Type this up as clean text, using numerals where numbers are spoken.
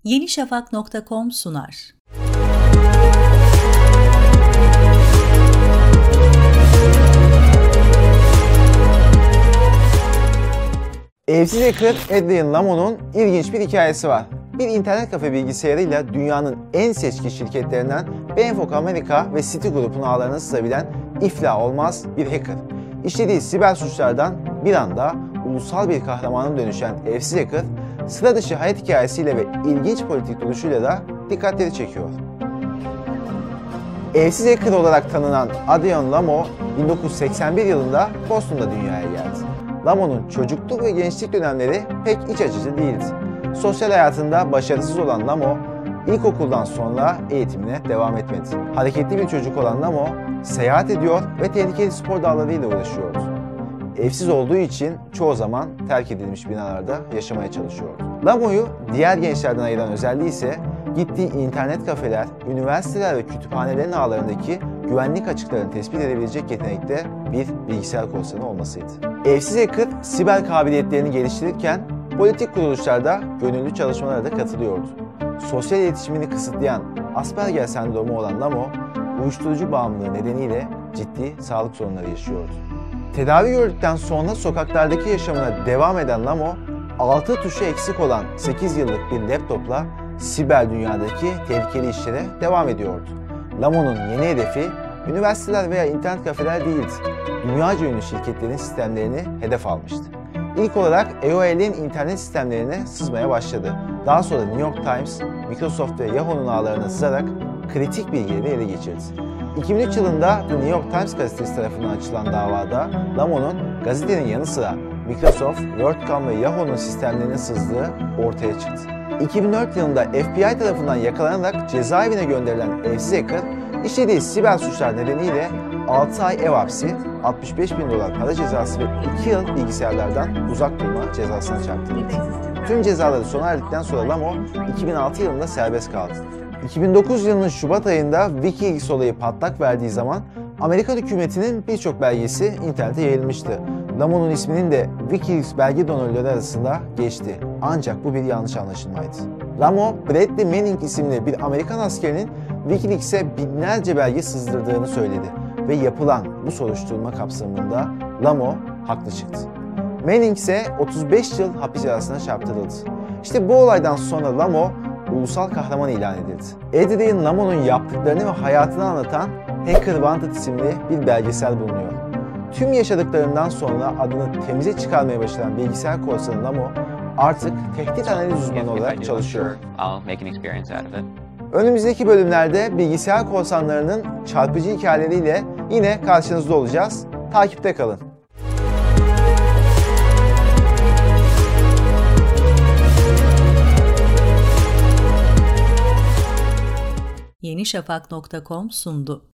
yenişafak.com sunar. Evsiz hacker Adrian Lamo'nun ilginç bir hikayesi var. Bir internet kafe bilgisayarıyla dünyanın en seçkin şirketlerinden Benfok Amerika ve Citigroup'un ağlarına sızabilen iflah olmaz bir hacker. İşlediği siber suçlardan bir anda ulusal bir kahramana dönüşen evsiz hacker, sıra dışı hayat hikayesiyle ve ilginç politik duruşuyla da dikkatleri çekiyor. Evsiz hacker olarak tanınan Adrian Lamo, 1981 yılında Boston'da dünyaya geldi. Lamo'nun çocukluk ve gençlik dönemleri pek iç açıcı değildi. Sosyal hayatında başarısız olan Lamo, ilkokuldan sonra eğitimine devam etmedi. Hareketli bir çocuk olan Lamo, seyahat ediyor ve tehlikeli spor dallarıyla uğraşıyordu. Evsiz olduğu için çoğu zaman terk edilmiş binalarda yaşamaya çalışıyordu. Lamo'yu diğer gençlerden ayıran özelliği ise gittiği internet kafeler, üniversiteler ve kütüphanelerin ağlarındaki güvenlik açıklarını tespit edebilecek yetenekte bir bilgisayar korsanı olmasıydı. Evsiz hacker, siber kabiliyetlerini geliştirirken politik kuruluşlarda gönüllü çalışmalara da katılıyordu. Sosyal iletişimini kısıtlayan Asperger sendromu olan Lamo, uyuşturucu bağımlılığı nedeniyle ciddi sağlık sorunları yaşıyordu. Tedavi gördükten sonra sokaklardaki yaşamına devam eden Lamo, 6 tuşu eksik olan 8 yıllık bir laptopla siber dünyadaki tehlikeli işlere devam ediyordu. Lamo'nun yeni hedefi üniversiteler veya internet kafeler değildi. Dünyaca ünlü şirketlerin sistemlerini hedef almıştı. İlk olarak AOL'in internet sistemlerine sızmaya başladı. Daha sonra New York Times, Microsoft ve Yahoo'nun ağlarına sızarak kritik bilgileri ele geçirdi. 2003 yılında The New York Times gazetesi tarafından açılan davada Lamo'nun gazetenin yanı sıra Microsoft, WorldCom ve Yahoo'nun sistemlerine sızdığı ortaya çıktı. 2004 yılında FBI tarafından yakalanarak cezaevine gönderilen evsiz hacker, işlediği siber suçlar nedeniyle 6 ay ev hapsi, 65.000 dolar para cezası ve 2 yıl bilgisayarlardan uzak durma cezasına çarptırıldı. Tüm cezaları sona erdikten sonra Lamo, 2006 yılında serbest kaldı. 2009 yılının Şubat ayında Wikileaks olayı patlak verdiği zaman Amerikan hükümetinin birçok belgesi internete yayılmıştı. Lamo'nun isminin de Wikileaks belge donörleri arasında geçti. Ancak bu bir yanlış anlaşılmaydı. Lamo, Bradley Manning isimli bir Amerikan askerinin Wikileaks'e binlerce belge sızdırdığını söyledi ve yapılan bu soruşturma kapsamında Lamo haklı çıktı. Manning ise 35 yıl hapis cezasına çarptırıldı. İşte bu olaydan sonra Lamo ulusal kahraman ilan edildi. Adrian Lamo'nun yaptıklarını ve hayatını anlatan Hacker Wanted isimli bir belgesel bulunuyor. Tüm yaşadıklarından sonra adını temize çıkarmaya başlayan bilgisayar korsanı Lamo artık tehdit analiz uzmanı olarak çalışıyor. Önümüzdeki bölümlerde bilgisayar korsanlarının çarpıcı hikayeleriyle yine karşınızda olacağız. Takipte kalın. yenişafak.com sundu.